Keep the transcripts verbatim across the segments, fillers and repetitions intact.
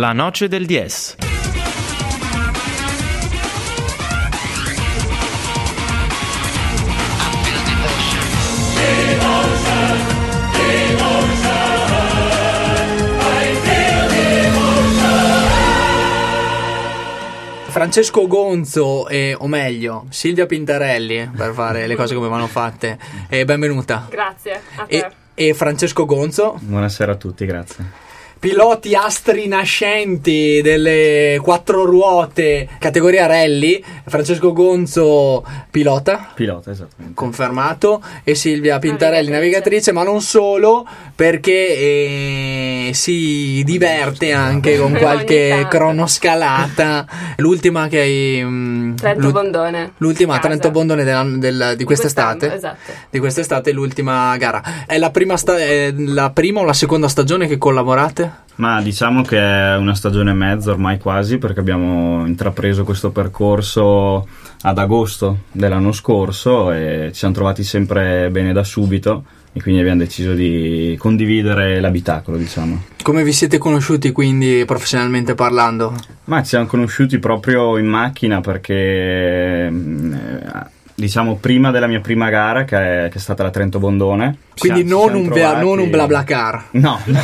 La Noche del diez. Francesco Gonzo, e, o meglio Silvia Pintarelli, per fare le cose come vanno fatte, e benvenuta. Grazie a te. E, e Francesco Gonzo, buonasera a tutti, grazie. Piloti astri nascenti delle quattro ruote categoria rally. Francesco Gonzo pilota, pilota esattamente, confermato, e Silvia Pintarelli navigatrice, ma non solo, perché eh, si diverte anche con qualche cronoscalata. L'ultima che hai mh, Trento Bondone, l'ultima a Trento Bondone del, del, di quest'estate, esatto. Di quest'estate, l'ultima gara. È la prima, sta- è la prima o la seconda stagione che collaborate? Ma diciamo che è una stagione e mezza ormai quasi, perché abbiamo intrapreso questo percorso ad agosto dell'anno scorso e ci siamo trovati sempre bene da subito, e quindi abbiamo deciso di condividere l'abitacolo, diciamo. Come vi siete conosciuti quindi professionalmente parlando? Ma ci siamo conosciuti proprio in macchina, perché eh, diciamo prima della mia prima gara, che è, che è stata la Trento Bondone. Quindi ci non un, trovati... non un BlaBlaCar. No, no.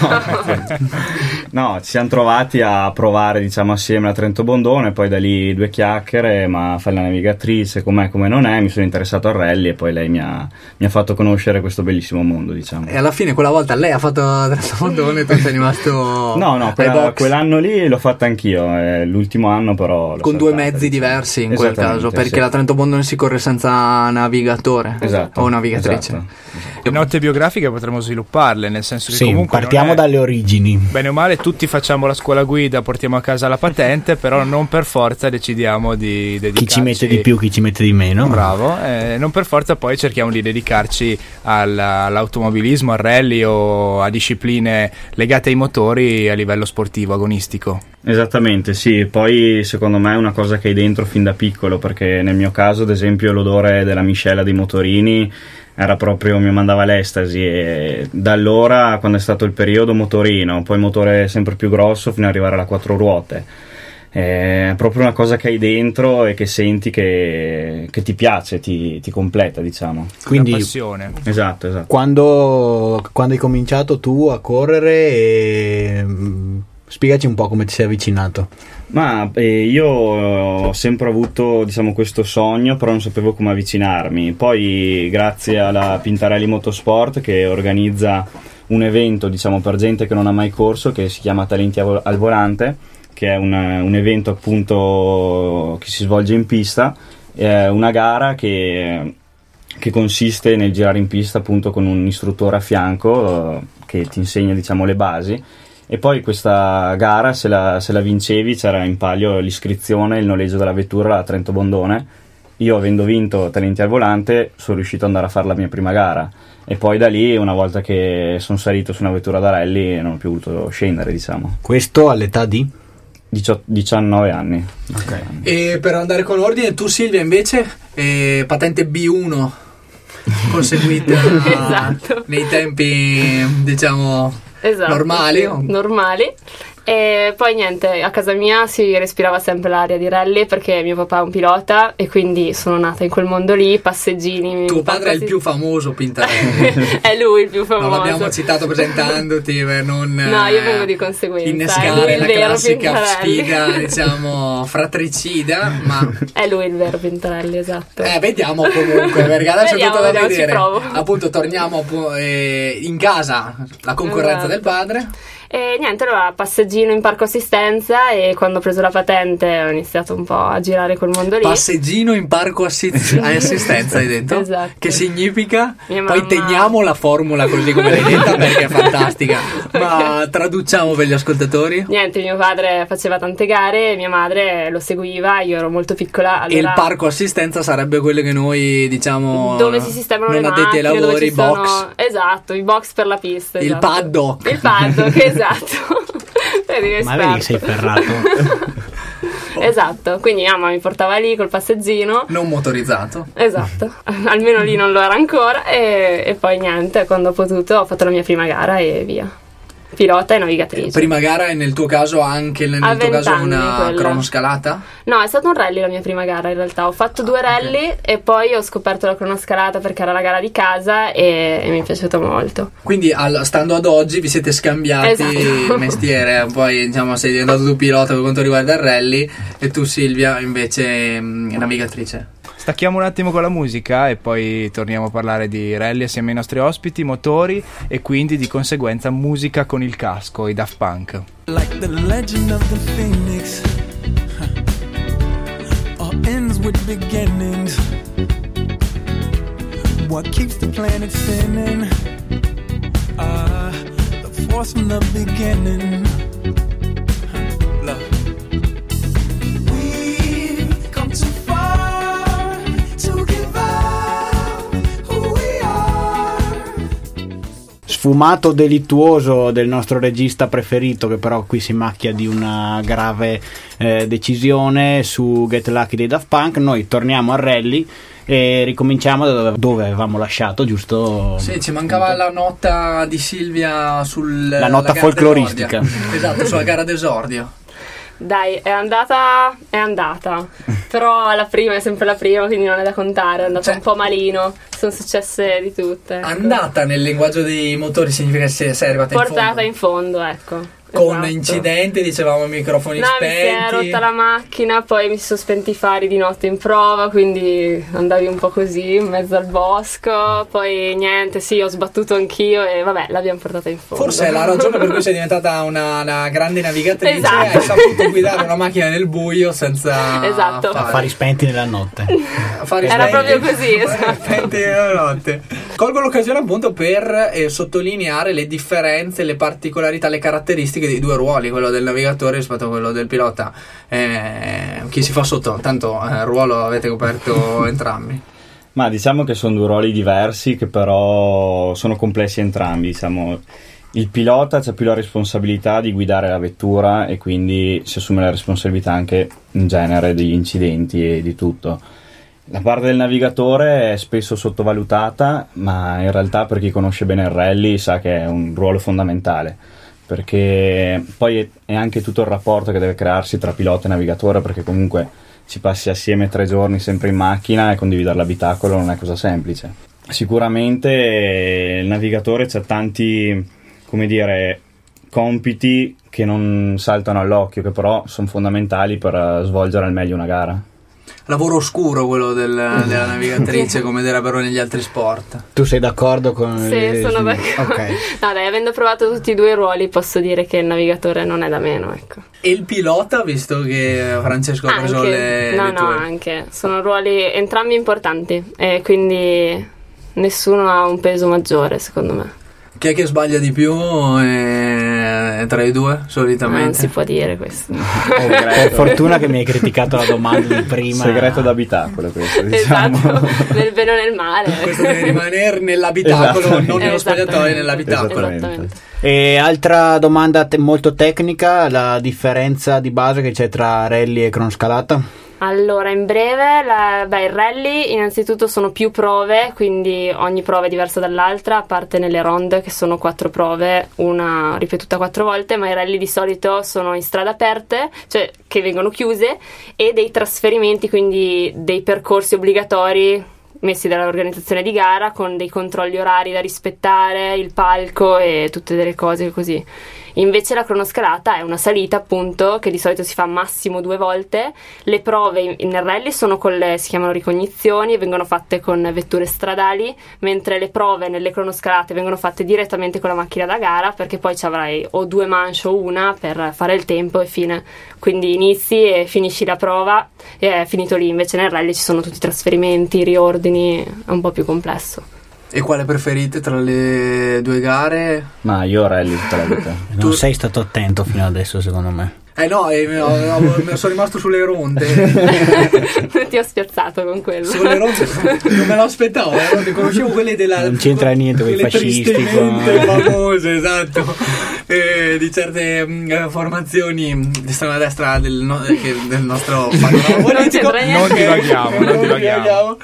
No, ci siamo trovati a provare, diciamo, assieme la Trento Bondone, poi da lì due chiacchiere, ma fai la navigatrice, com'è, come non è, mi sono interessato al rally e poi lei mi ha, mi ha fatto conoscere questo bellissimo mondo, diciamo. E alla fine quella volta lei ha fatto la Trento Bondone e tu sei rimasto... No, no, quella, quell'anno lì l'ho fatta anch'io, eh, l'ultimo anno però... Con due mezzi diversi in quel caso, perché sì, la Trento Bondone si corre senza navigatore, esatto, o navigatrice. Esatto, esatto. Le note biografiche potremmo svilupparle, nel senso che sì, comunque partiamo è, dalle origini. Bene o male tutti facciamo la scuola guida, portiamo a casa la patente, però non per forza decidiamo di dedicarci... Chi ci mette di più, chi ci mette di meno. Bravo, eh, non per forza poi cerchiamo di dedicarci al, all'automobilismo, al rally o a discipline legate ai motori a livello sportivo, agonistico. Esattamente, sì, poi secondo me è una cosa che hai dentro fin da piccolo, perché nel mio caso ad esempio l'odore della miscela dei motorini era proprio, mi mandava l'estasi, e da allora, quando è stato il periodo motorino, poi motore sempre più grosso fino ad arrivare alla quattro ruote, è proprio una cosa che hai dentro e che senti che, che ti piace, ti, ti completa, diciamo. Quindi la passione. Esatto, esatto. Quando, quando hai cominciato tu a correre, e spiegaci un po' come ti sei avvicinato. Ma eh, io ho sempre avuto, diciamo, questo sogno, però non sapevo come avvicinarmi. Poi grazie alla Pintarelli Motorsport, che organizza un evento, diciamo, per gente che non ha mai corso, che si chiama Talenti al Volante, che è un, un evento appunto che si svolge in pista, è una gara che, che consiste nel girare in pista appunto con un istruttore a fianco eh, che ti insegna, diciamo, le basi. E poi questa gara, se la, se la vincevi, c'era in palio l'iscrizione e il noleggio della vettura alla Trento Bondone. Io, avendo vinto Talenti al Volante, sono riuscito ad andare a fare la mia prima gara, e poi da lì, una volta che sono salito su una vettura da rally, non ho più voluto scendere, diciamo. Questo all'età di? diciannove anni. Okay. E per andare con ordine, tu Silvia invece, eh, patente B uno conseguita esatto. nei tempi, diciamo, esatto, normali, sì, normali. E poi niente, a casa mia si respirava sempre l'aria di rally, perché mio papà è un pilota e quindi sono nata in quel mondo lì, passeggini. Tuo padre è il più famoso Pintarelli. È lui il più famoso. Non l'abbiamo citato presentandoti per non no, io vengo di conseguenza, innescare la classica Pintarelli. sfida, diciamo, fratricida, ma è lui il vero Pintarelli, esatto. Eh, vediamo comunque, perché adesso vediamo, è tutto da vediamo, vedere. ci provo. Appunto, torniamo eh, in casa, la concorrenza esatto. del padre. E niente, allora passeggino in parco assistenza, e quando ho preso la patente ho iniziato un po' a girare quel mondo lì. Passeggino in parco assist- assistenza, hai detto? Esatto. Che significa? Mia Poi mamma... teniamo la formula così come l'hai detta, perché è fantastica. Ma traduciamo per gli ascoltatori. Niente, mio padre faceva tante gare, mia madre lo seguiva, io ero molto piccola. Allora... E il parco assistenza sarebbe quello che noi diciamo dove si sistemano non le addetti ai macchine, lavori, dove ci box. Sono... Esatto, i box per la pista. Il esatto. paddock. Il paddock, esatto. Ma vedi, sei ferrato. Esatto, quindi mamma mi portava lì col passeggino. Non motorizzato. Esatto, almeno lì non lo era ancora, e, e poi niente, quando ho potuto ho fatto la mia prima gara e via. pilota e navigatrice. Prima gara, e nel tuo caso anche nel A tuo caso venti anni una quella. cronoscalata? No, è stato un rally la mia prima gara in realtà. Ho fatto due rally ok. e poi ho scoperto la cronoscalata perché era la gara di casa e, e mi è piaciuto molto. Quindi al- stando ad oggi vi siete scambiati Esatto. il mestiere, poi diciamo sei diventato tu pilota per quanto riguarda il rally e tu Silvia invece mh, navigatrice. Stacchiamo un attimo con la musica e poi torniamo a parlare di rally assieme ai nostri ospiti, motori e quindi di conseguenza musica con il casco, i Daft Punk. Like the legend of the phoenix, huh. All ends with beginnings. What keeps the planet spinning? Ah, the force from the beginning. Huh. Love. We've come too far to give up who we are. Sfumato delittuoso del nostro regista preferito, che però qui si macchia di una grave eh, decisione su Get Lucky dei Daft Punk. Noi torniamo al rally e ricominciamo da dove, dove avevamo lasciato, giusto? Sì, ci mancava la nota di Silvia sul La nota gara folcloristica. d'esordio. Esatto, sulla gara d'esordio. Dai, è andata, è andata. Però la prima è sempre la prima, quindi non è da contare. È andata Cioè- un po' malino. Sono successe di tutte. ecco. Andata nel linguaggio dei motori significa che sei sei arrivata in Portata fondo. in fondo, ecco. Con Esatto. incidenti, dicevamo, microfoni No, mi si è spenti. rotta la macchina, poi mi si sono spenti i fari di notte in prova, quindi andavi un po' così in mezzo al bosco, poi niente, sì, ho sbattuto anch'io e vabbè, l'abbiamo portata in fondo. Forse è la ragione per cui sei diventata una, una grande navigatrice. Esatto. Hai saputo guidare una macchina nel buio senza Esatto. fare- Affari spenti nella notte. affari Era spenti- proprio così, esatto. spenti nella notte. Colgo l'occasione appunto per eh, sottolineare le differenze, le particolarità, le caratteristiche dei due ruoli, quello del navigatore rispetto a quello del pilota. Eh, chi si fa sotto? Tanto eh, il ruolo avete coperto entrambi. Ma diciamo che sono due ruoli diversi che però sono complessi entrambi, diciamo. Il pilota c'ha più la responsabilità di guidare la vettura e quindi si assume la responsabilità anche in genere degli incidenti e di tutto. La parte del navigatore è spesso sottovalutata, ma in realtà per chi conosce bene il rally sa che è un ruolo fondamentale, perché poi è- è anche tutto il rapporto che deve crearsi tra pilota e navigatore, perché comunque ci passi assieme tre giorni sempre in macchina e condividere l'abitacolo non è cosa semplice. Sicuramente eh, il navigatore c'ha tanti, come dire, compiti che non saltano all'occhio, che però sono fondamentali per eh, svolgere al meglio una gara. Lavoro oscuro quello del- della navigatrice, come direbbero negli altri sport. Tu sei d'accordo con Sì, le- sono d'accordo. Ok. No, dai, avendo provato tutti e due i ruoli, posso dire che il navigatore non è da meno, ecco. E il pilota, visto che Francesco ha preso Anche, le, no, le no, tue. anche. Sono ruoli entrambi importanti e quindi nessuno ha un peso maggiore, secondo me. Chi è che sbaglia di più eh, tra i due, solitamente? Non si può dire questo. Per fortuna che mi hai criticato la domanda di prima. Segreto d'abitacolo questo, diciamo. Esatto, nel bene o nel male. Questo deve rimanere nell'abitacolo, Esatto. non nello Esattamente. spogliatoio, nell'abitacolo. Esattamente. E altra domanda te- molto tecnica, la differenza di base che c'è tra rally e cronoscalata? Allora, in breve, la- beh, il rally innanzitutto sono più prove, quindi ogni prova è diversa dall'altra, a parte nelle ronde che sono quattro prove, una ripetuta quattro volte, ma i rally di solito sono in strade aperte, cioè che vengono chiuse, e dei trasferimenti, quindi dei percorsi obbligatori messi dall'organizzazione di gara con dei controlli orari da rispettare, il palco e tutte delle cose così. Invece la cronoscalata è una salita, appunto, che di solito si fa massimo due volte. Le prove in- nel rally sono con le, si chiamano ricognizioni e vengono fatte con vetture stradali, mentre le prove nelle cronoscalate vengono fatte direttamente con la macchina da gara, perché poi ci avrai o due manche o una per fare il tempo e fine. Quindi inizi e finisci la prova e è finito lì. Invece nel rally ci sono tutti i trasferimenti, i riordini, è un po' più complesso. E quale preferite tra le due gare? Ma io rally tutta la vita. Non Tu- sei stato attento fino adesso, secondo me. Eh no, eh, ho- ho- sono rimasto sulle ronde. Ti ho spiazzato con quello. Sulle ronde non me lo aspettavo, le ronde conoscevo quelle della Non c'entra niente con i quelle fascisti, tristemente con- famose, esatto, eh, di certe mh, formazioni di estrema destra del, no- che- del nostro panorama politico. c'entra niente. Non divaghiamo, non divaghiamo.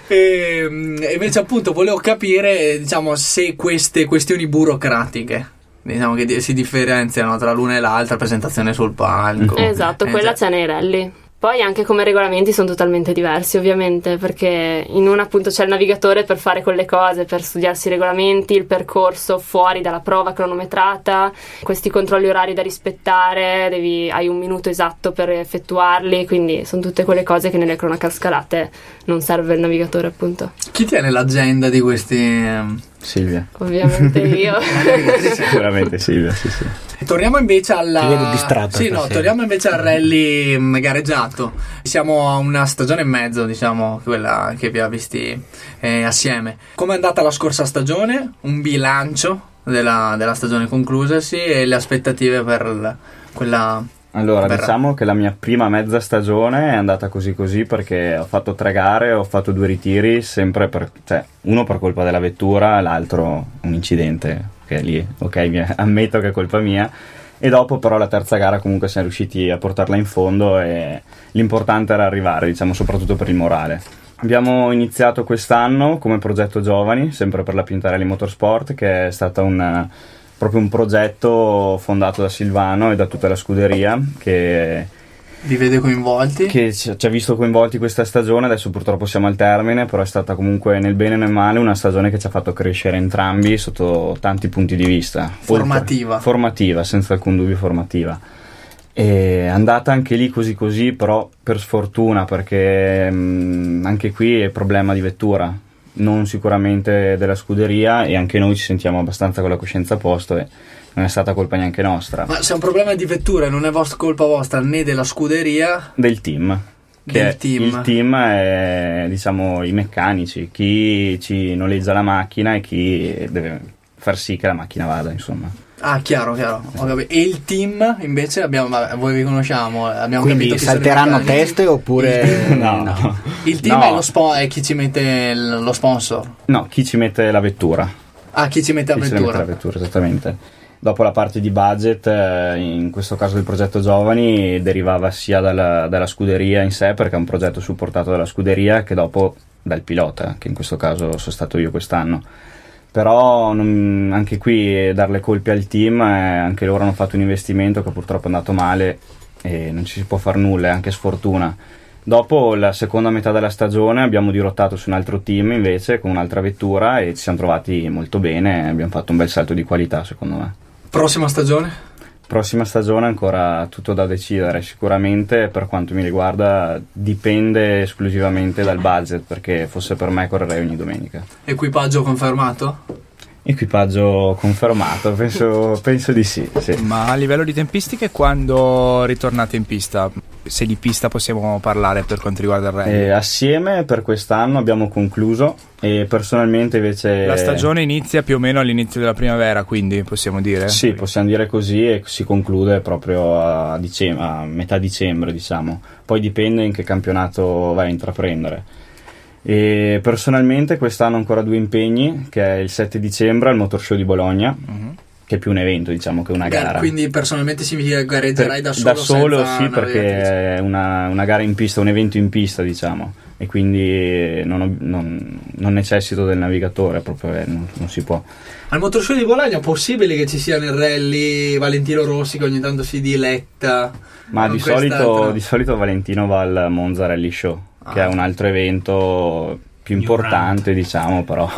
E, mh, e invece appunto volevo capire, eh, diciamo, se queste questioni burocratiche diciamo che di- si differenziano tra l'una e l'altra, presentazione sul palco. Esatto, Eh, quella cioè- c'è nei rally. Poi anche come regolamenti sono totalmente diversi, ovviamente, perché in una appunto c'è il navigatore per fare quelle cose, per studiarsi i regolamenti, il percorso fuori dalla prova cronometrata, questi controlli orari da rispettare, devi, hai un minuto esatto per effettuarli, quindi sono tutte quelle cose che nelle cronocascalate non serve il navigatore, appunto. Chi tiene l'agenda di questi? ehm? Silvia. Ovviamente io. Sicuramente Silvia, sì sì. Torniamo invece alla. Ti vedo distratta Sì, no, stasera. torniamo invece al rally mh, gareggiato. Siamo a una stagione e mezzo, diciamo, quella che vi ha visti eh, assieme. Come è andata la scorsa stagione? Un bilancio della, della stagione conclusasi e le aspettative per l- quella. Allora, verrà. diciamo che la mia prima mezza stagione è andata così così perché ho fatto tre gare, ho fatto due ritiri, sempre per, cioè, uno per colpa della vettura, l'altro un incidente, che lì, ok, mi- ammetto che è colpa mia, e dopo però la terza gara comunque siamo riusciti a portarla in fondo e l'importante era arrivare, diciamo, soprattutto per il morale. Abbiamo iniziato quest'anno come progetto giovani, sempre per la Pintarelli Motorsport, che è stata un... proprio un progetto fondato da Silvano e da tutta la scuderia che, Vi vede coinvolti? che ci ci ha visto coinvolti questa stagione. Adesso purtroppo siamo al termine, però è stata comunque nel bene e nel male una stagione che ci ha fatto crescere entrambi sotto tanti punti di vista. Formativa. Oltre- formativa, senza alcun dubbio formativa. È andata anche lì così così, però per sfortuna, perché mh, anche qui è problema di vettura, non sicuramente della scuderia, e anche noi ci sentiamo abbastanza con la coscienza a posto e non è stata colpa neanche nostra. Ma se è un problema di vettura, non è vostra colpa vostra né della scuderia. Del team. Che Del è- team. Il team è, diciamo, i meccanici, chi ci noleggia la macchina e chi deve far sì che la macchina vada, insomma. Ah, chiaro, chiaro. Ho capito. E il team invece abbiamo, vabbè, voi vi conosciamo, abbiamo Quindi capito chi sono i salteranno meccanici. teste oppure Il, No. il team No. è, lo spo- è chi ci mette il- lo sponsor. No, chi ci mette la vettura. Ah, chi ci mette la Chi ci mette vettura. la vettura, esattamente. Dopo la parte di budget, eh, in questo caso del progetto Giovani, derivava sia dalla, dalla scuderia in sé, perché è un progetto supportato dalla scuderia, che dopo dal pilota, che in questo caso sono stato io quest'anno. Però non- anche qui dar le colpe al team, eh, anche loro hanno fatto un investimento che purtroppo è andato male e non ci si può far nulla, è anche sfortuna. Dopo la seconda metà della stagione abbiamo dirottato su un altro team invece con un'altra vettura e ci siamo trovati molto bene e abbiamo fatto un bel salto di qualità, secondo me. Prossima stagione? Prossima stagione ancora tutto da decidere, sicuramente per quanto mi riguarda dipende esclusivamente dal budget, perché fosse per me correrei ogni domenica. Equipaggio confermato? Equipaggio confermato, penso, penso di sì, sì. Ma a livello di tempistiche, quando ritornate in pista? Se di pista possiamo parlare per quanto riguarda il rally. E assieme per quest'anno abbiamo concluso e personalmente invece... La stagione inizia più o meno all'inizio della primavera, quindi possiamo dire? Sì, possiamo dire così, e si conclude proprio a, dicem- a metà dicembre, diciamo. Poi dipende in che campionato vai a intraprendere. E personalmente quest'anno ho ancora due impegni, che è il sette dicembre al Motor Show di Bologna, Mhm. che è più un evento, diciamo, che una gara. Quindi personalmente significa che gareggerai da Per- solo? da solo senza sì, perché navigatrice? è una, una gara in pista, un evento in pista, diciamo, e quindi non, ho- non- non necessito del navigatore, proprio eh, non, non si può. Al Motor Show di Bologna è possibile che ci sia nel rally Valentino Rossi che ogni tanto si diletta? Ma con di questa solito, altra- di solito Valentino va al Monza Rally Show, che Ah. è un altro evento più New importante, diciamo, però...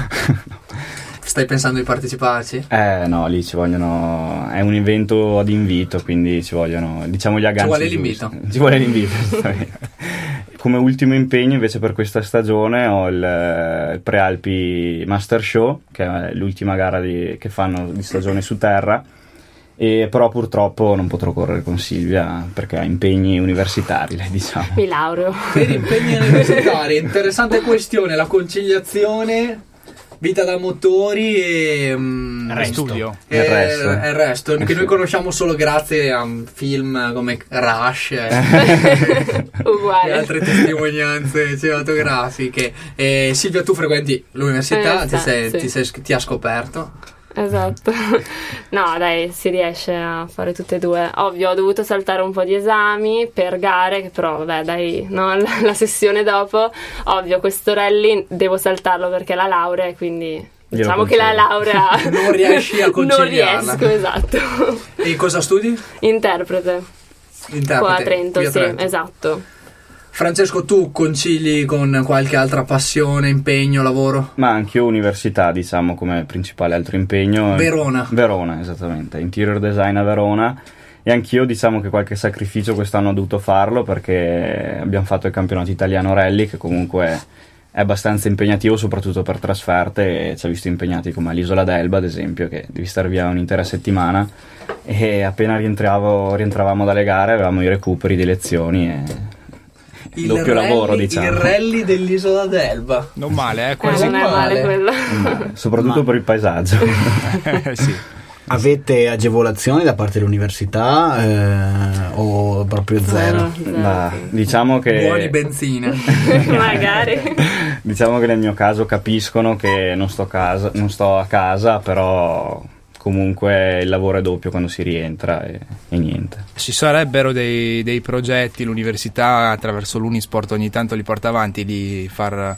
Stai pensando di parteciparci? eh no, lì ci vogliono... è un evento ad invito, quindi ci vogliono, diciamo, gli agganci vuole giusti. l'invito. Ci vuole l'invito, esattamente. Come ultimo impegno invece per questa stagione ho il, il Prealpi Master Show, che è l'ultima gara di- che fanno di stagione su terra, e però purtroppo non potrò correre con Silvia perché ha impegni universitari, lei, diciamo. Mi laureo. Per impegni universitari, interessante questione, la conciliazione vita da motori e mm, Resto. Studio. e Il resto. e il resto, Eh che sì. noi conosciamo solo grazie a un film come Rush e, e Uguale. altre testimonianze cinematografiche. E Silvia, tu frequenti l'università, Eh, ti, sei, sì. ti, sei, ti ha scoperto? Esatto. No, dai, si riesce a fare tutte e due. Ovvio, ho dovuto saltare un po' di esami per gare, che però, vabbè, dai, no, la, la sessione dopo. Ovvio, questo rally devo saltarlo perché è la laurea, e quindi Diciamo che la laurea non riesci a non conciliarla. riesco, esatto. E cosa studi? Interprete. Interprete. Qua a Trento, qui a sì, Trento. esatto. Francesco, tu concili con qualche altra passione, impegno, lavoro? Ma anch'io università, diciamo, come principale altro impegno. Verona. Verona, esattamente. Interior design a Verona. E anch'io diciamo che qualche sacrificio quest'anno ho dovuto farlo, perché abbiamo fatto il campionato italiano rally, che comunque è abbastanza impegnativo, soprattutto per trasferte, e ci ha visto impegnati come all'Isola d'Elba, ad esempio, che devi stare via un'intera settimana, e appena rientravo, rientravamo dalle gare avevamo i recuperi di lezioni e Il doppio rally, lavoro, diciamo. Il rally dell'Isola d'Elba. Non male, eh, Eh, quasi. non è male quello. soprattutto Ma- per il paesaggio. Sì. Avete agevolazioni da parte dell'università eh, o proprio zero? Zero, Ma zero, sì. diciamo che Buoni benzine. Magari. diciamo che nel mio caso capiscono che non sto, casa, non sto a casa, però comunque il lavoro è doppio quando si rientra e, e niente. Ci sarebbero dei, dei progetti, l'università attraverso l'Unisport ogni tanto li porta avanti, di far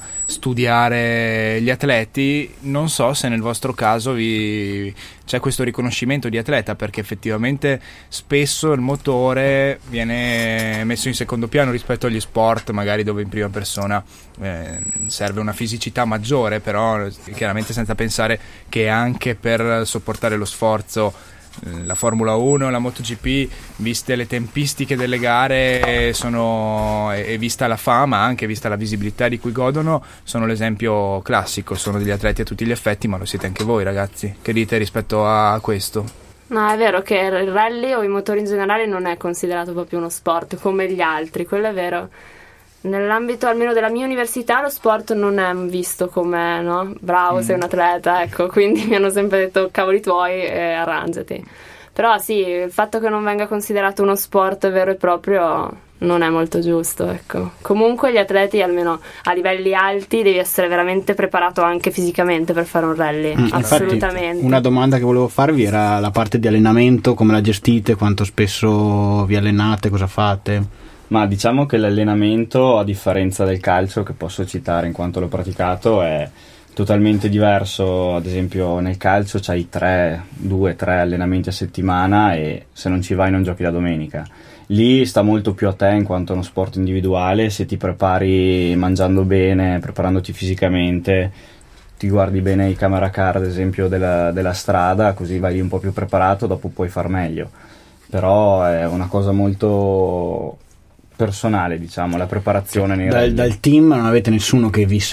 studiare gli atleti. Non so se nel vostro caso vi c'è questo riconoscimento di atleta, perché effettivamente spesso il motore viene messo in secondo piano rispetto agli sport magari dove in prima persona eh, serve una fisicità maggiore, però chiaramente senza pensare che anche per sopportare lo sforzo la Formula uno, la MotoGP, viste le tempistiche delle gare sono, e vista la fama, anche vista la visibilità di cui godono, sono l'esempio classico. Sono degli atleti a tutti gli effetti, ma lo siete anche voi, ragazzi. Che dite rispetto a questo? No, è vero che il rally o i motori in generale non è considerato proprio uno sport come gli altri, quello è vero. Nell'ambito almeno della mia università lo sport non è visto come, no? Bravo, mm. sei un atleta, ecco, quindi mi hanno sempre detto cavoli tuoi e arrangiati. Però sì, il fatto che non venga considerato uno sport vero e proprio non è molto giusto, ecco. Comunque gli atleti, almeno a livelli alti, devi essere veramente preparato anche fisicamente per fare un rally, Mm, assolutamente. Infatti, una domanda che volevo farvi era la parte di allenamento, come la gestite, quanto spesso vi allenate, cosa fate? Ma diciamo che l'allenamento, a differenza del calcio, che posso citare in quanto l'ho praticato, è totalmente diverso. Ad esempio nel calcio c'hai tre, due, tre allenamenti a settimana e se non ci vai non giochi la domenica. Lì sta molto più a te in quanto è uno sport individuale. Se ti prepari mangiando bene, preparandoti fisicamente, ti guardi bene i camera car ad esempio della, della strada, così vai lì un po' più preparato, dopo puoi far meglio. Però è una cosa molto personale, diciamo, la preparazione nei dal, rally. dal team non avete nessuno che vi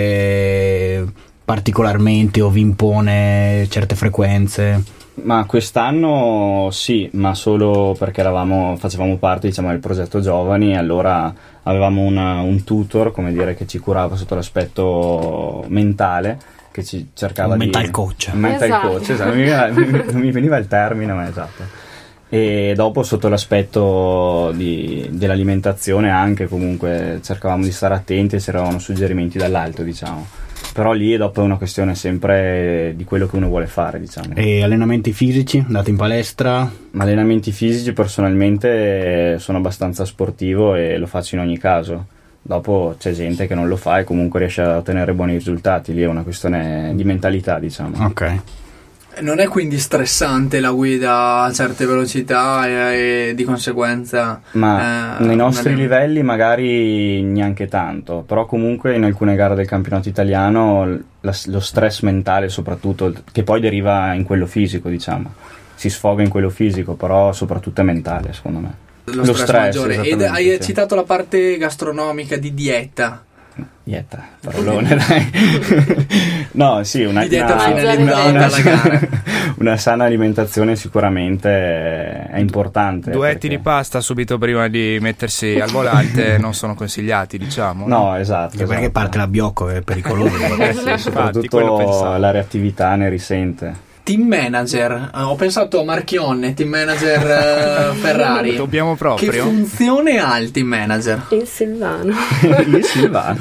segue particolarmente o vi impone certe frequenze? Ma quest'anno sì, ma solo perché eravamo, facevamo parte, diciamo, del progetto giovani, allora avevamo una, un tutor, come dire, che ci curava sotto l'aspetto mentale, che ci cercava un di... mental coach. Un mental Esatto. coach, esatto, non mi, veniva, non mi veniva il termine, ma esatto. E dopo sotto l'aspetto di, dell'alimentazione anche comunque cercavamo di stare attenti e c'erano suggerimenti dall'alto, diciamo. Però lì dopo è una questione sempre di quello che uno vuole fare, diciamo. E allenamenti fisici? Andate in palestra? Ma allenamenti fisici personalmente sono abbastanza sportivo e lo faccio in ogni caso. Dopo c'è gente che non lo fa e comunque riesce a ottenere buoni risultati. Lì è una questione di mentalità, diciamo. Ok. Non è quindi stressante la guida a certe velocità e, e di conseguenza Ma eh, nei nostri una- livelli magari neanche tanto, però comunque in alcune gare del campionato italiano la- lo stress mentale soprattutto, che poi deriva in quello fisico, diciamo, si sfoga in quello fisico, però soprattutto è mentale secondo me. lo, stress, maggiore. Ed esattamente, hai sì. citato la parte gastronomica di dieta. Dieta, parolone, dai. No, sì, una, Di dieta una, finalizzata una- alla gara. una sana alimentazione sicuramente è importante. Duetti perché- di pasta subito prima di mettersi al volante non sono consigliati, diciamo. No, esatto. Anche perché esatto. parte la biocco, è pericoloso. Eh sì, Infatti, quello soprattutto pensavo. la reattività ne risente. Team manager, Eh, ho pensato a Marchionne, team manager eh, Ferrari. Dobbiamo Che proprio. funzione ha il team manager? Il Silvano. Il Silvano.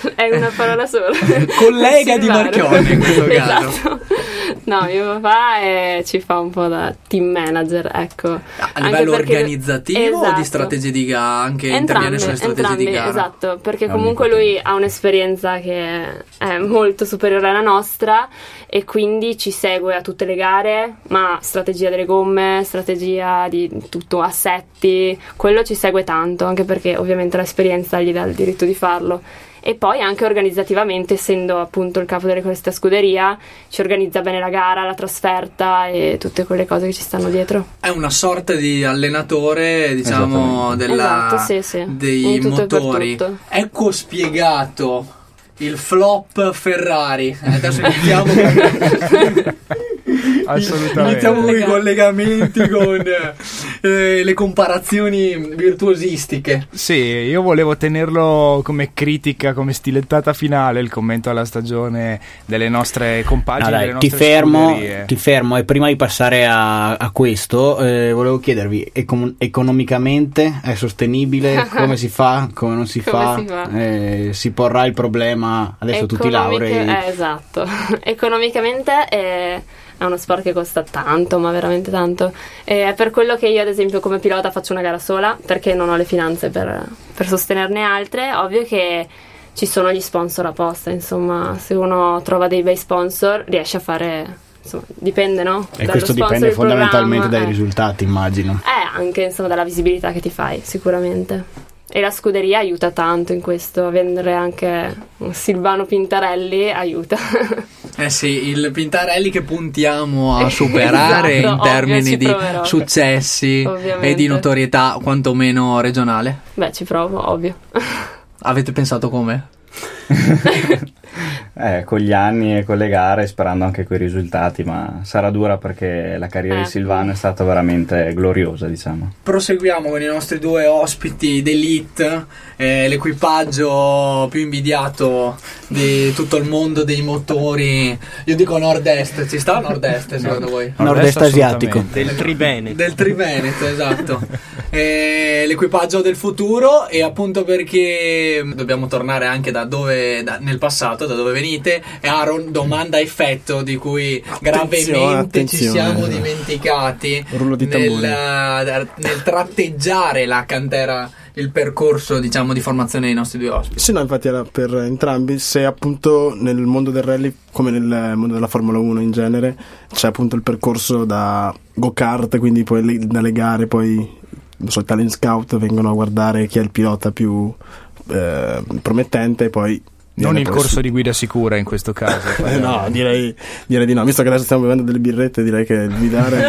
È una parola sola. Collega di Marchionne in questo caso. Esatto. No, mio papà è, ci fa un po' da team manager, ecco. A livello perché, organizzativo esatto. o di strategie di gara? Anche entrambe, interviene sulle strategie entrambi, di gara? Esatto, perché comunque lui ha un'esperienza che è molto superiore alla nostra e quindi ci segue a tutte le gare, ma strategia delle gomme, strategia di tutto, assetti, quello ci segue tanto, anche perché ovviamente l'esperienza gli dà il diritto di farlo. E poi anche organizzativamente, essendo appunto il capo delle questa scuderia, ci organizza bene la gara, la trasferta e tutte quelle cose che ci stanno dietro. È una sorta di allenatore, diciamo, della, esatto, sì, sì. dei motori. Ecco spiegato il flop Ferrari. Adesso iniziamo Assolutamente. iniziamo con i collegamenti con eh, le comparazioni virtuosistiche. Sì, io volevo tenerlo come critica, come stilettata finale il commento alla stagione delle nostre compagini, No, dai, delle nostre ti fermo, scuderie. ti fermo e prima di passare a, a questo eh, volevo chiedervi econ- economicamente è sostenibile? Come si fa? Come non si Come fa? si fa? Eh, si porrà il problema adesso tutti Economiche- laurei eh, esatto. Economicamente è, è uno sport che costa tanto, ma veramente tanto. E è per quello che io ad esempio come pilota faccio una gara sola, perché non ho le finanze per, per sostenerne altre. Ovvio che ci sono gli sponsor apposta, insomma, se uno trova dei bei sponsor riesce a fare, insomma, dipende, no? e Dallo questo sponsor dipende del fondamentalmente programma, dai eh. risultati, immagino. Eh, anche insomma dalla visibilità che ti fai, sicuramente. E la scuderia aiuta tanto in questo, vendere anche un Silvano Pintarelli aiuta. Eh sì, il Pintarelli che puntiamo a superare Esatto, in ovvio, termini ci di proverò. successi Ovviamente. e di notorietà quantomeno regionale. Beh, ci provo, ovvio. Avete pensato come? Eh, con gli anni e con le gare, sperando anche coi risultati, ma sarà dura perché la carriera Eh. di Silvano è stata veramente gloriosa, diciamo. Proseguiamo con i nostri due ospiti d'elite, eh, l'equipaggio più invidiato di tutto il mondo dei motori. Io dico nord-est, ci sta o nord-est secondo voi? Nord-est asiatico. assolutamente. Del Triveneto. Del Triveneto, esatto. Eh, l'equipaggio del futuro, e appunto perché dobbiamo tornare anche da dove, da- nel passato, da dove venite. E Aaron, domanda a effetto di cui gravemente ci attenzione. siamo dimenticati Rullo di nel, tamburi. nel tratteggiare la cantera, il percorso, diciamo, di formazione dei nostri due ospiti. Sì, no, infatti era per entrambi. Se appunto nel mondo del rally, come nel mondo della Formula uno in genere, c'è appunto il percorso da go-kart, quindi poi le- dalle gare, poi non so, i talent scout vengono a guardare chi è il pilota più eh, promettente, e poi Non viene il poi corso su- di guida sicura in questo caso. Eh, no, direi, direi di no. Visto che adesso stiamo bevendo delle birrette, direi che guidare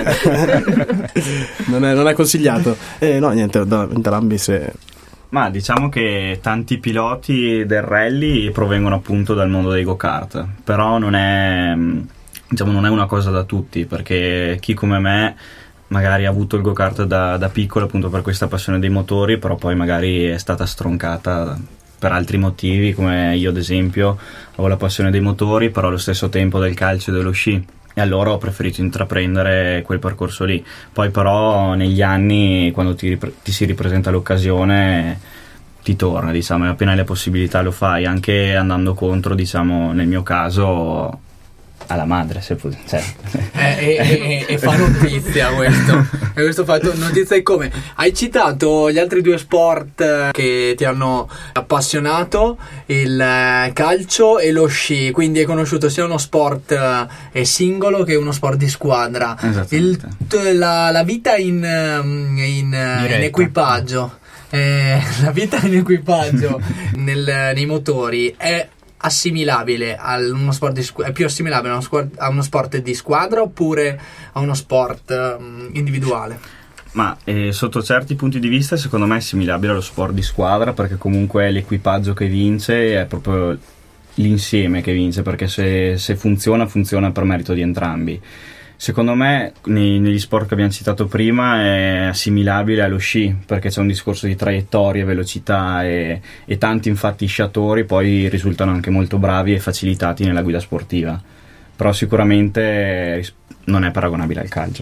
non, è, non è consigliato. E no, niente, da entrambi se... Ma diciamo che tanti piloti del rally provengono appunto dal mondo dei go-kart, però non è, diciamo, non è una cosa da tutti, perché chi come me magari ha avuto il go-kart da, da piccolo appunto per questa passione dei motori, però poi magari è stata stroncata per altri motivi, come io ad esempio avevo la passione dei motori, però allo stesso tempo del calcio e dello sci, e allora ho preferito intraprendere quel percorso lì. Poi però negli anni, quando ti, ripre- ti si ripresenta l'occasione, ti torna, diciamo, e appena hai le possibilità lo fai, anche andando contro, diciamo, nel mio caso alla madre, se pu- cioè. Eh, e, e- e fa notizia questo. E questo fa notizia. E come? Hai citato gli altri due sport eh, che ti hanno appassionato, il eh, calcio e lo sci, quindi hai conosciuto sia uno sport eh, singolo che uno sport di squadra. Esattamente. Il, t- la, la vita in, ehm, in, eh, in Diretta. equipaggio, eh, la vita in equipaggio nel- nei motori è assimilabile a uno sport di squ- è più assimilabile a uno, squad- a uno sport di squadra oppure a uno sport um, individuale? Ma eh, sotto certi punti di vista secondo me è assimilabile allo sport di squadra, perché comunque è l'equipaggio che vince, è proprio l'insieme che vince, perché se, se funziona funziona per merito di entrambi. Secondo me nei, negli sport che abbiamo citato prima è assimilabile allo sci, perché c'è un discorso di traiettorie, velocità e, e tanti infatti sciatori poi risultano anche molto bravi e facilitati nella guida sportiva, però sicuramente ris- non è paragonabile al calcio.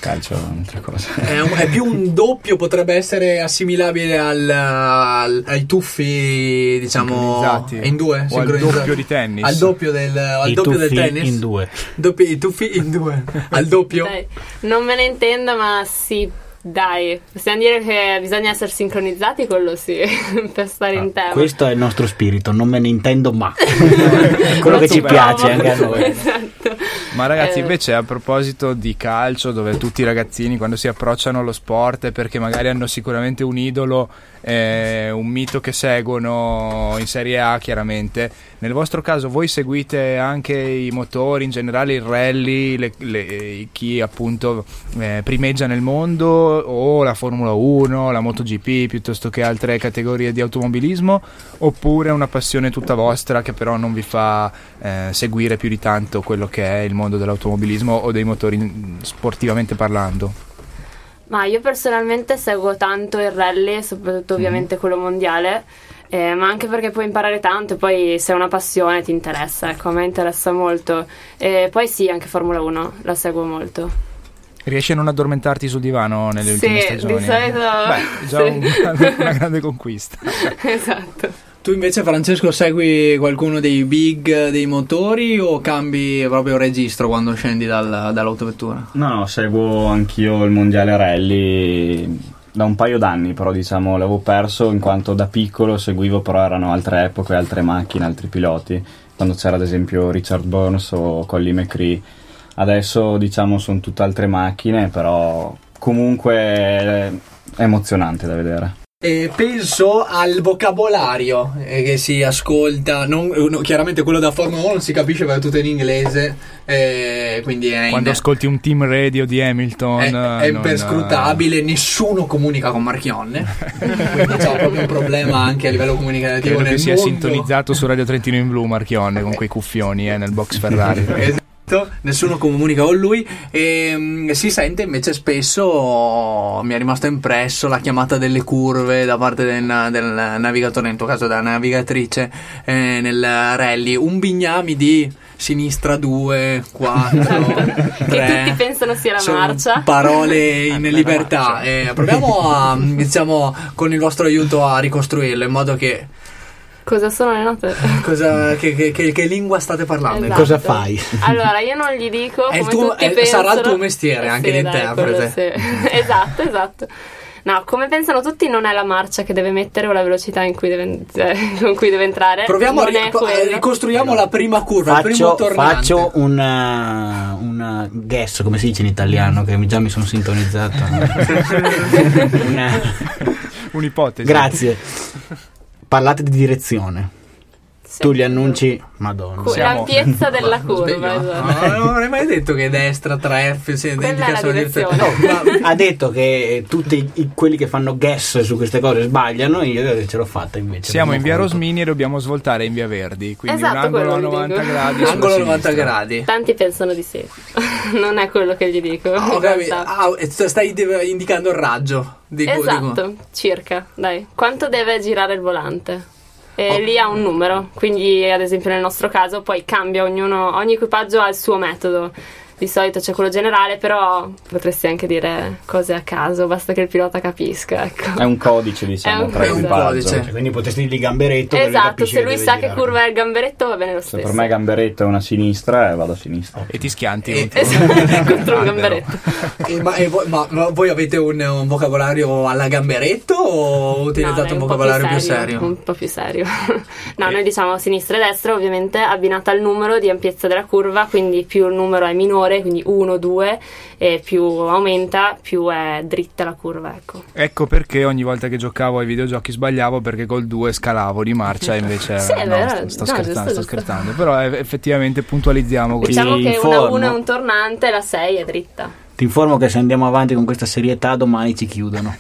calcio è un'altra cosa. È, un, è più un doppio, potrebbe essere assimilabile al, al, ai tuffi, diciamo, in due, o al doppio di tennis. Al doppio del, al I doppio del tuffi tennis. in due. Doppi, I tuffi in due. Al doppio. Dai, non me ne intendo, ma sì, dai, possiamo dire che bisogna essere sincronizzati, quello sì, per stare in tema. Questo è il nostro spirito, non me ne intendo ma. Quello che ci Provo. piace anche a noi. Esatto. Ma ragazzi, Eh. invece, a proposito di calcio, dove tutti i ragazzini quando si approcciano allo sport è perché magari hanno sicuramente un idolo, eh, un mito che seguono in Serie A, chiaramente. Nel vostro caso voi seguite anche i motori, in generale il rally, le, le, chi appunto eh, primeggia nel mondo, o la Formula uno, la MotoGP, piuttosto che altre categorie di automobilismo, oppure è una passione tutta vostra che però non vi fa eh, seguire più di tanto quello che è il mondo dell'automobilismo o dei motori sportivamente parlando? Ma io personalmente seguo tanto il rally, soprattutto ovviamente quello mondiale, eh, ma anche perché puoi imparare tanto e poi se è una passione ti interessa, ecco, a me interessa molto. E poi sì, anche Formula uno la seguo molto. Riesci a non addormentarti sul divano nelle Sì, ultime stagioni? di solito Beh, già sì. un- una grande conquista. Esatto. Tu invece, Francesco, segui qualcuno dei big dei motori o cambi proprio registro quando scendi dal, dall'autovettura? No, no, seguo anch'io il mondiale rally da un paio d'anni, però diciamo l'avevo perso in quanto da piccolo seguivo, però erano altre epoche, altre macchine, altri piloti, quando c'era ad esempio Richard Burns o Colin McRae. Adesso diciamo sono tutte altre macchine, però comunque è emozionante da vedere. E penso al vocabolario eh, che si ascolta, non, no, chiaramente quello da Formula uno non si capisce perché è tutto in inglese, eh, quindi è, Quando in, ascolti un team radio di Hamilton è, è non- imperscrutabile, nessuno comunica con Marchionne, quindi c'è proprio un problema anche a livello comunicativo Credo nel che sia mondo. sintonizzato su Radio Trentino in blu Marchionne con quei cuffioni eh, nel box Ferrari. Esatto, nessuno comunica con lui e mm, si sente invece spesso, mi è rimasto impresso la chiamata delle curve da parte del, del navigatore, nel tuo caso della navigatrice, eh, nel rally, un bignami di sinistra due, quattro, Che tre, tutti pensano sia la sono marcia. parole in libertà. Eh, proviamo a, diciamo, con il vostro aiuto a ricostruirlo in modo che Cosa sono le note? cosa, che, che, che, che lingua state parlando? Esatto. Cosa fai? Allora, io non gli dico È il come tuo- tutti è- pensano. sarà il tuo mestiere, Eh anche sì, l'interprete. dai, quello sì. Esatto, esatto. No, come pensano tutti non è la marcia che deve mettere o la velocità in cui deve, eh, con cui deve entrare. Proviamo a non ri- è po- quello. ricostruiamo la prima curva, il primo Faccio, tornante. faccio un, uh, un uh, guess, come si dice in italiano, che già mi sono sintonizzato. Una- Un'ipotesi. Grazie. Parlate di direzione. Sì. Tu gli annunci, madonna. Cu- Siamo- L'ampiezza della Sveglio. curva, esatto. No, non avrei mai detto che destra, tre F, si Quella è indica la solo direzione. direzione. Ma- Ha detto che tutti i- quelli che fanno guess su queste cose sbagliano, io ce l'ho fatta invece. Siamo in via Conto. Rosmini e dobbiamo svoltare in via Verdi, quindi Esatto, un angolo a quello vi novanta dico. gradi sulla Angolo novanta sinistra. gradi. Tanti pensano di sì. Non è quello che gli dico. Ah, ho in capito. realtà. Ah, e stai de- indicando il raggio. Dico, Esatto, dico. circa, dai. Quanto deve girare il volante? E Oh. lì ha un numero, quindi ad esempio nel nostro caso poi cambia ognuno, ogni equipaggio ha il suo metodo. Di solito c'è quello generale, però potresti anche dire cose a caso, basta che il pilota capisca, ecco. È un codice, diciamo, È un- tra è un equipaggio. codice. Cioè, quindi potresti dirgli gamberetto. perché Esatto, capisci se lui deve sa che girare. curva è il gamberetto va bene lo Se stesso. per me gamberetto è una sinistra e vado a sinistra. E ti schianti E- contro- Esatto, contro un albero. gamberetto. E ma, e voi, ma- ma voi avete un, un vocabolario alla gamberetto o utilizzate dai, un po' vocabolario più serio? Un po' più serio. No, noi diciamo sinistra e destra, ovviamente abbinata al numero di ampiezza della curva, quindi più il numero è minore, quindi uno, due, e più aumenta, più è dritta la curva, ecco. Ecco perché ogni volta che giocavo ai videogiochi sbagliavo, perché col due scalavo di marcia e invece Sì, è no, vero. sto, sto No, scherzando, giusto, sto giusto. scherzando. Però eh, effettivamente puntualizziamo questo. Diciamo Ti che una informo. uno è un tornante, la sei è dritta. Ti informo che se andiamo avanti con questa serietà domani ci chiudono.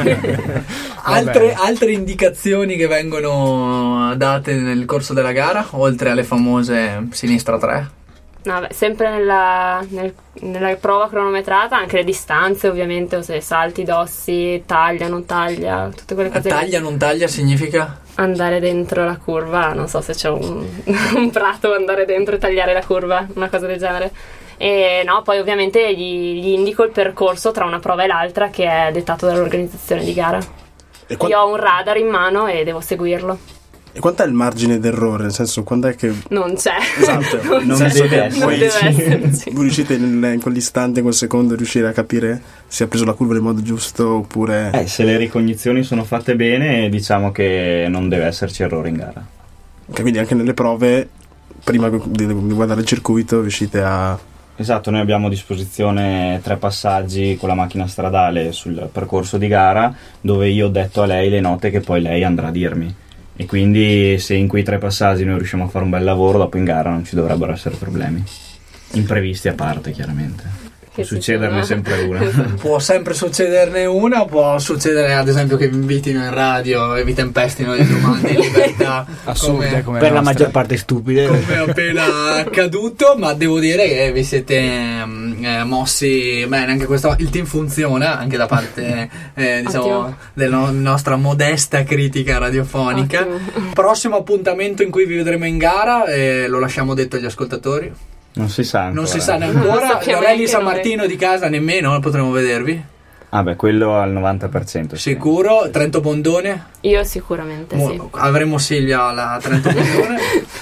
Altre, altre indicazioni che vengono date nel corso della gara, oltre alle famose sinistra tre? No, beh, sempre nella, nel- nella prova cronometrata, anche le distanze ovviamente, o se salti, dossi, taglia, non taglia, tutte quelle cose. Taglia, non taglia significa? Andare dentro la curva, non so se c'è un, un prato, andare dentro e tagliare la curva, una cosa del genere. E no, poi ovviamente gli, gli indico il percorso tra una prova e l'altra che è dettato dall'organizzazione di gara. E qua- Io ho un radar in mano e devo seguirlo. E quant'è il margine d'errore? Nel senso, quando è che... Non c'è. Esatto, non non c'è. deve Non Voi- deve esserci. Voi riuscite nel- in quell'istante, in quel secondo, riuscire a capire se ha preso la curva nel modo giusto oppure... Eh, se le ricognizioni sono fatte bene, diciamo che non deve esserci errore in gara. Che quindi anche nelle prove, prima di di guardare il circuito, riuscite a... Esatto, noi abbiamo a disposizione tre passaggi con la macchina stradale sul percorso di gara, dove io ho detto a lei le note che poi lei andrà a dirmi. E quindi se in quei tre passaggi noi riusciamo a fare un bel lavoro, dopo in gara non ci dovrebbero essere problemi. Imprevisti a parte, chiaramente. Può Che ci succederne sono. sempre una. Può sempre succederne una, può succedere ad esempio che vi invitino in radio e vi tempestino di domande in libertà Assurde come, come Per la nostre. maggior parte stupide. come è appena accaduto, ma devo dire che vi siete mm, eh, mossi bene anche questo. Il team funziona anche da parte eh, diciamo Ottimo. della no- nostra modesta critica radiofonica. Ottimo. Prossimo appuntamento in cui vi vedremo in gara, eh, lo lasciamo detto agli ascoltatori. Non si sa ancora. Non si sa Non ancora. lo sappiamo Rally neanche San noi. Martino di casa nemmeno potremo vedervi. Ah beh, quello al novanta per cento. Sì. Sicuro. Trento Bondone. Io sicuramente sì. Mo- avremo Silvia alla Trento Bondone.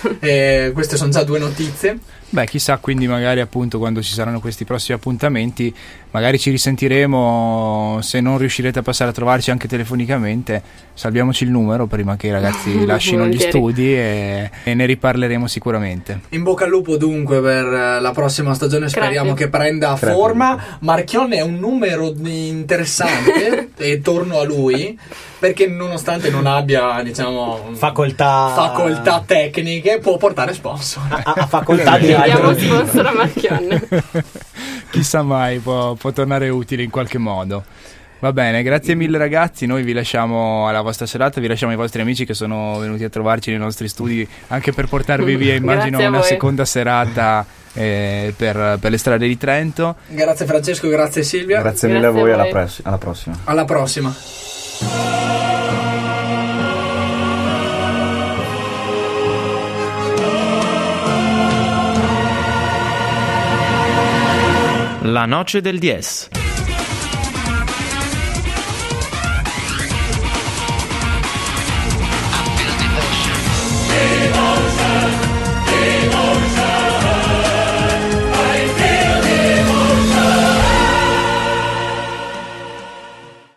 Eh, queste sono già due notizie. Beh, chissà, quindi magari appunto quando ci saranno questi prossimi appuntamenti, magari ci risentiremo, se non riuscirete a passare a trovarci anche telefonicamente, salviamoci il numero prima che i ragazzi lasciano gli Volentieri. studi e, e ne riparleremo sicuramente. In bocca al lupo dunque per eh, la prossima stagione, speriamo Grazie. che prenda Grazie. forma. Marchionne è un numero di- interessante e torno a lui perché nonostante non abbia diciamo Facoltà. facoltà tecniche può portare sponsor. A, a facoltà di Diamo altro. sponsor a Marchionne. Chissà mai, può, può tornare utile in qualche modo. Va bene, grazie mille ragazzi, noi vi lasciamo alla vostra serata, vi lasciamo ai vostri amici che sono venuti a trovarci nei nostri studi anche per portarvi via, immagino, Grazie a una voi. seconda serata eh, per, per le strade di Trento. Grazie Francesco, grazie Silvia. Grazie mille Grazie a voi, a alla, voi. pres- alla prossima. Alla prossima. La noce del diez.